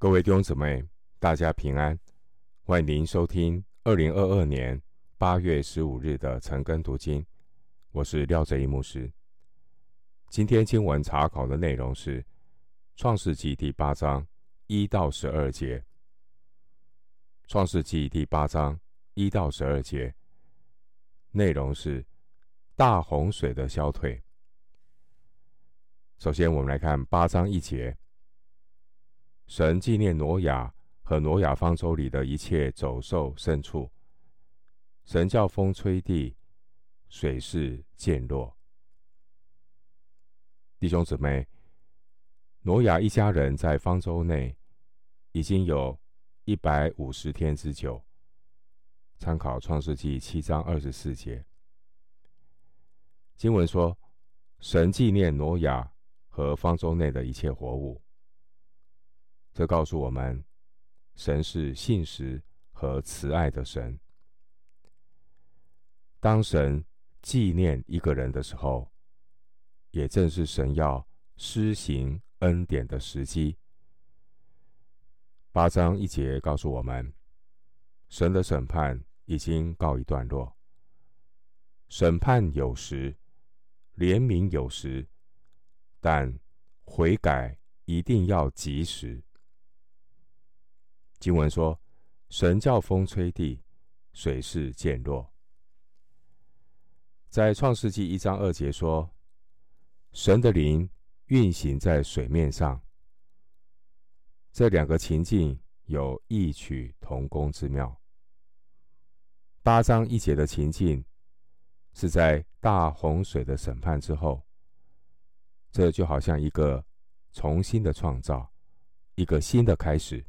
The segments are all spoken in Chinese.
各位弟兄姊妹，大家平安，欢迎您收听2022年8月15日的晨更读经。我是廖哲一牧师。今天经文查考的内容是创世纪第8章1到12节。创世纪第8章1到12节，内容是大洪水的消退。首先，我们来看8章1节。神纪念挪亚和挪亚方舟里的一切走兽牲畜，神叫风吹地，水势渐弱。弟兄姊妹，挪亚一家人在方舟内已经有150天之久，参考创世纪7章24节。经文说，神纪念挪亚和方舟内的一切活物。这告诉我们，神是信实和慈爱的神。当神纪念一个人的时候，也正是神要施行恩典的时机。8章1节告诉我们，神的审判已经告一段落。审判有时，怜悯有时，但悔改一定要及时。经文说，神叫风吹地，水势渐弱。在创世纪1章2节说，神的灵运行在水面上。这两个情境有异曲同工之妙。8章1节的情境是在大洪水的审判之后，这就好像一个重新的创造，一个新的开始。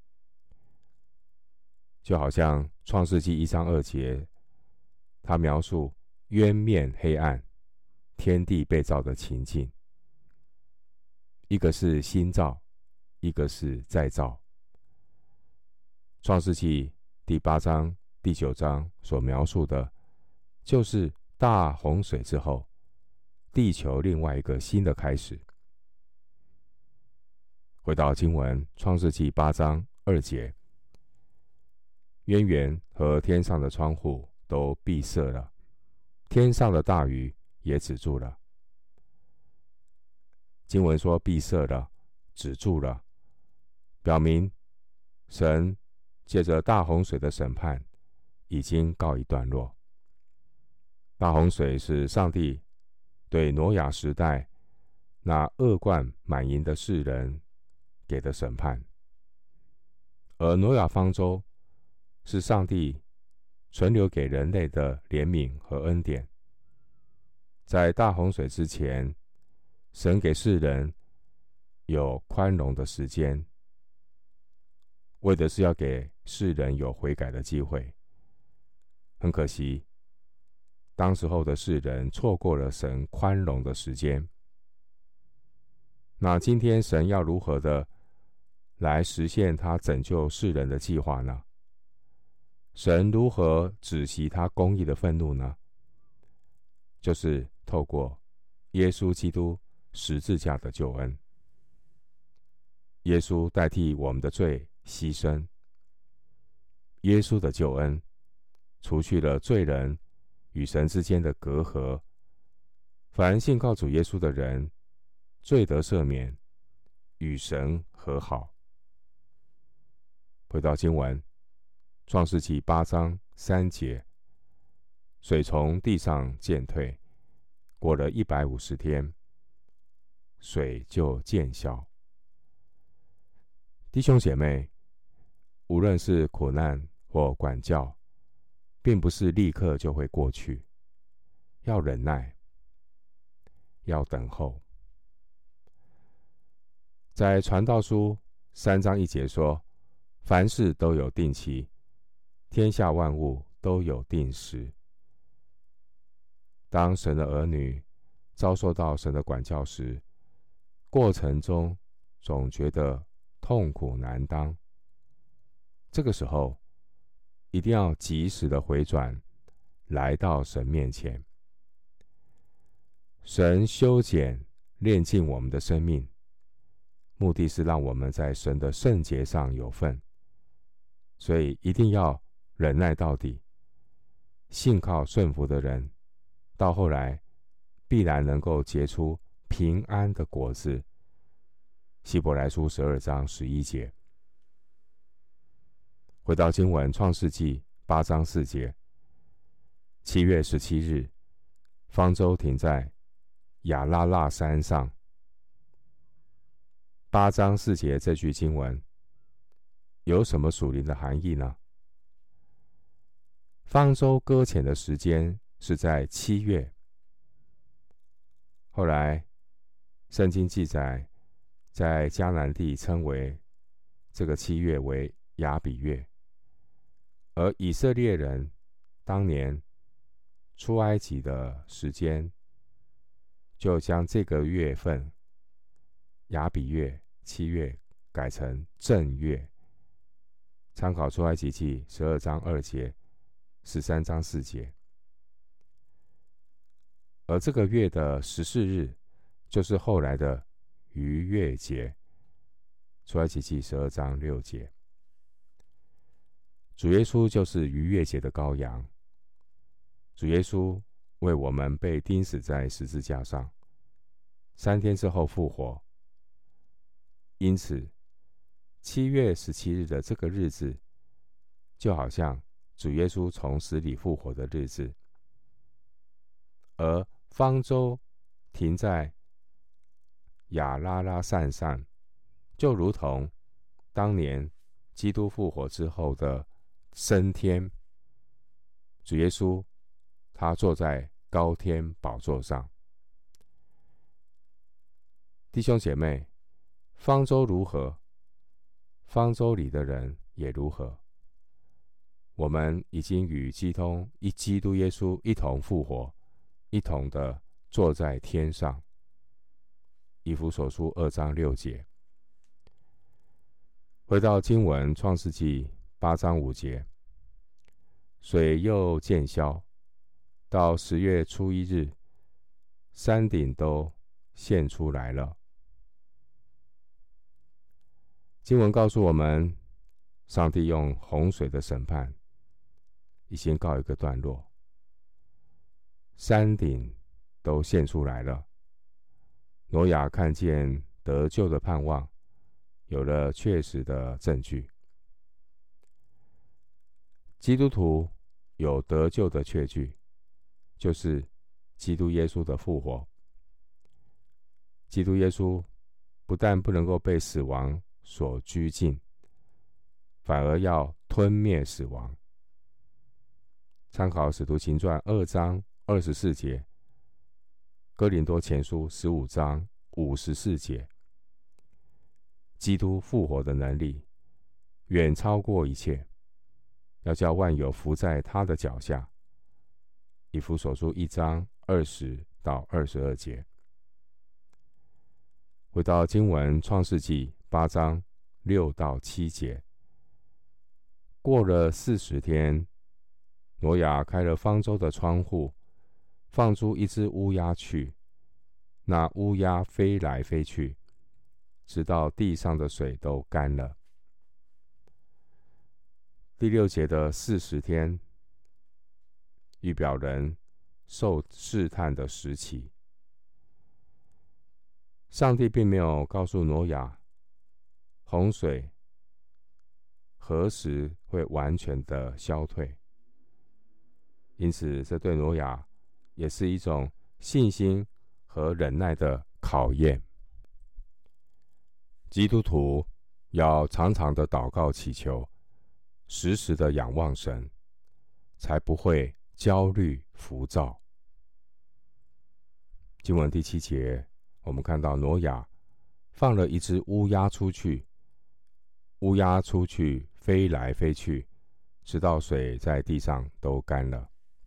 就好像创世纪1章2节，他描述渊面黑暗，天地被造的情境。一个是新造，一个是再造。创世纪第8章、第9章所描述的，就是大洪水之后，地球另外一个新的开始。回到经文，创世纪8章2节，渊源和天上的窗户都闭塞了，天上的大雨也止住了。经文说闭塞了，止住了，表明神借着大洪水的审判已经告一段落。大洪水是上帝对挪亚时代那恶贯满盈的世人给的审判，而挪亚方舟是上帝存留给人类的怜悯和恩典。在大洪水之前，神给世人有宽容的时间，为的是要给世人有悔改的机会。很可惜，当时候的世人错过了神宽容的时间。那今天神要如何的来实现他拯救世人的计划呢？神如何止息他公义的愤怒呢？就是透过耶稣基督十字架的救恩。耶稣代替我们的罪牺牲，耶稣的救恩除去了罪人与神之间的隔阂，凡信靠主耶稣的人，罪得赦免，与神和好。回到经文，创世纪8章3节，水从地上渐退，过了150天，水就渐消。弟兄姐妹，无论是苦难或管教，并不是立刻就会过去，要忍耐，要等候。在传道书3章1节说，凡事都有定期，天下万物都有定时。当神的儿女遭受到神的管教时，过程中总觉得痛苦难当。这个时候，一定要及时的回转，来到神面前。神修剪炼净我们的生命， 目的是让我们在神的圣洁上有份，所以一定要忍耐到底。信靠顺服的人，到后来必然能够结出平安的果子。希伯来书12章11节。回到经文，创世纪8章4节，7月17日，方舟停在亚拉腊山上。8章4节这句经文有什么属灵的含义呢？方舟搁浅的时间是在7月，后来圣经记载，在迦南地称为这个7月为亚比月，而以色列人当年出埃及的时间，就将这个月份亚比月7月改成正月。参考出埃及记12章2节、13章4节。而这个月的14日，就是后来的逾越节，出埃及记12章6节。主耶稣就是逾越节的羔羊，主耶稣为我们被钉死在十字架上，3天之后复活。因此7月17日的这个日子，就好像主耶稣从死里复活的日子。而方舟停在亚拉拉山上，就如同当年基督复活之后的升天，主耶稣他坐在高天宝座上。弟兄姐妹，方舟如何，方舟里的人也如何。我们已经与基督耶稣一同复活，一同的坐在天上。以弗所书2章6节。回到经文，创世纪8章5节，水又渐消，到10月初1日，山顶都现出来了。经文告诉我们，上帝用洪水的审判已经告一个段落，山顶都现出来了。挪亚看见得救的盼望，有了确实的证据。基督徒有得救的确据，就是基督耶稣的复活。基督耶稣不但不能够被死亡所拘禁，反而要吞灭死亡。参考使徒行传2章24节，哥林多前书15章54节。基督复活的能力远超过一切，要叫万有伏在他的脚下。以弗所书1章20到22节。回到经文，创世纪8章6到7节。过了40天，挪亚开了方舟的窗户，放出一只乌鸦去，那乌鸦飞来飞去，直到地上的水都干了。第6节的40天，预表人受试探的时期。上帝并没有告诉挪亚，洪水何时会完全的消退，因此这对挪亚也是一种信心和忍耐的考验。基督徒要常常的祷告祈求，时时的仰望神，才不会焦虑浮躁。经文第7节，我们看到挪亚放了一只乌鸦出去，乌鸦出去飞来飞去，直到水在地上都干了。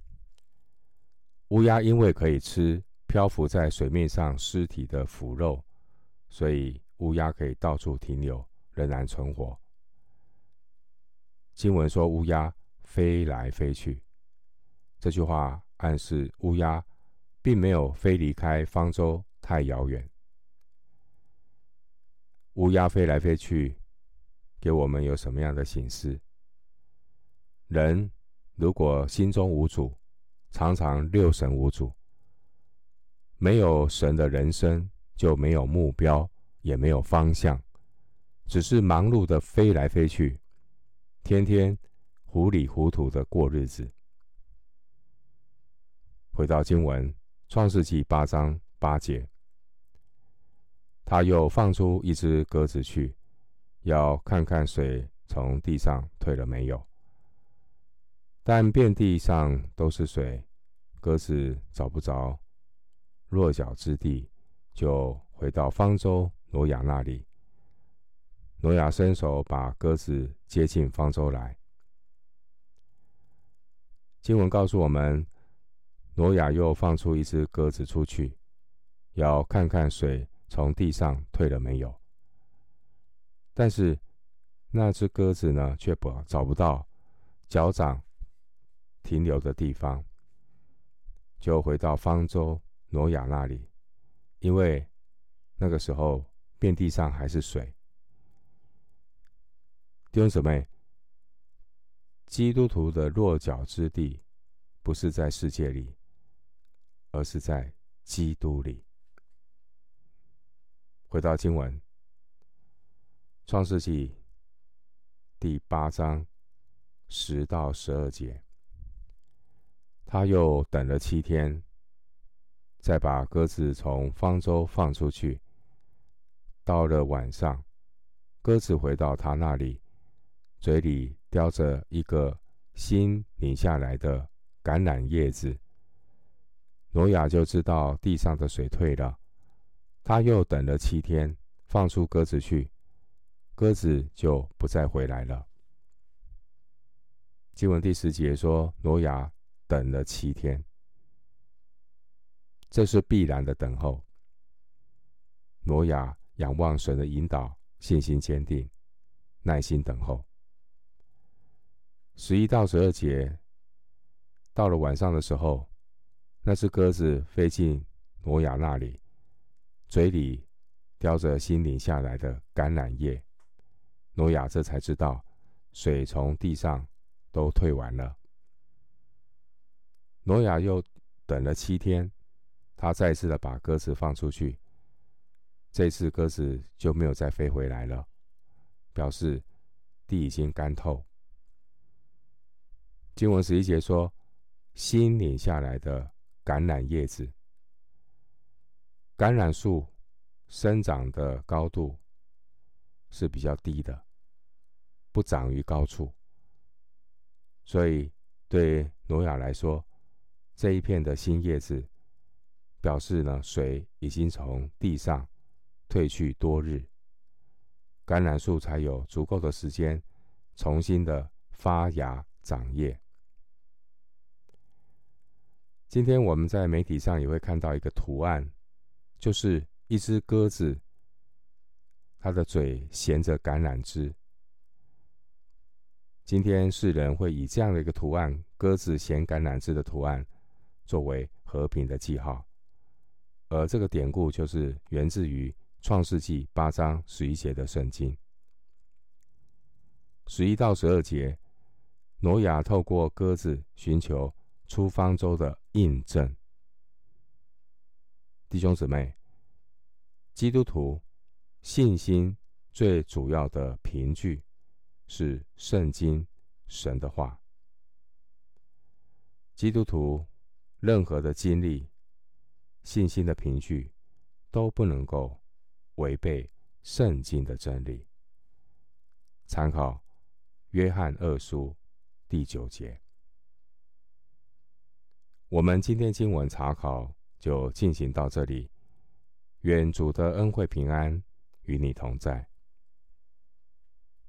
乌鸦因为可以吃漂浮在水面上尸体的腐肉，所以乌鸦可以到处停留，仍然存活。经文说乌鸦飞来飞去，这句话暗示乌鸦并没有飞离开方舟太遥远。 乌鸦飞来飞去，给我们有什么样的警示？人如果心中无主，常常六神无主，没有神的人生就没有目标，也没有方向，只是忙碌的飞来飞去，天天糊里糊涂的过日子。回到经文，创世纪8章8节，他又放出一只鸽子去，要看看水从地上退了没有。但遍地上都是水，鸽子找不着落脚之地，就回到方舟挪亚那里。挪亚伸手把鸽子接进方舟来。经文告诉我们，挪亚又放出一只鸽子出去，要看看水从地上退了没有。但是那只鸽子呢，却找不到脚掌停留的地方，就回到方舟挪亚那里，因为那个时候遍地上还是水。弟兄姊妹，基督徒的落脚之地不是在世界里，而是在基督里。回到经文，创世纪第8章10到12节，他又等了7天，再把鸽子从方舟放出去。到了晚上，鸽子回到他那里，嘴里叼着一个新拧下来的橄榄叶子。挪亚就知道地上的水退了。他又等了7天，放出鸽子去，鸽子就不再回来了。经文第10节说，挪亚等了7天，这是必然的等候。挪亚仰望神的引导，信心坚定，耐心等候。11到12节，到了晚上的时候，那只鸽子飞进挪亚那里，嘴里叼着新拧下来的橄榄叶。挪亚这才知道水从地上都退完了。挪亚又等了7天，他再次的把鸽子放出去，这次鸽子就没有再飞回来了，表示地已经干透。经文11节说，新拧下来的橄榄叶子。橄榄树生长的高度是比较低的，不长于高处，所以对挪亚来说，这一片的新叶子表示呢，水已经从地上退去多日，橄榄树才有足够的时间重新的发芽长叶。今天我们在媒体上也会看到一个图案，就是一只鸽子，它的嘴衔着橄榄枝。今天世人会以这样的一个图案，鸽子衔橄榄枝的图案，作为和平的记号。而这个典故就是源自于创世纪8章11节的圣经。11到12节，挪亚透过鸽子寻求出方舟的印证。弟兄姊妹，基督徒信心最主要的凭据是圣经，神的话。基督徒任何的经历，信心的凭据都不能够违背圣经的真理。参考约翰2书第9节。我们今天经文查考就进行到这里，愿主的恩惠平安与你同在。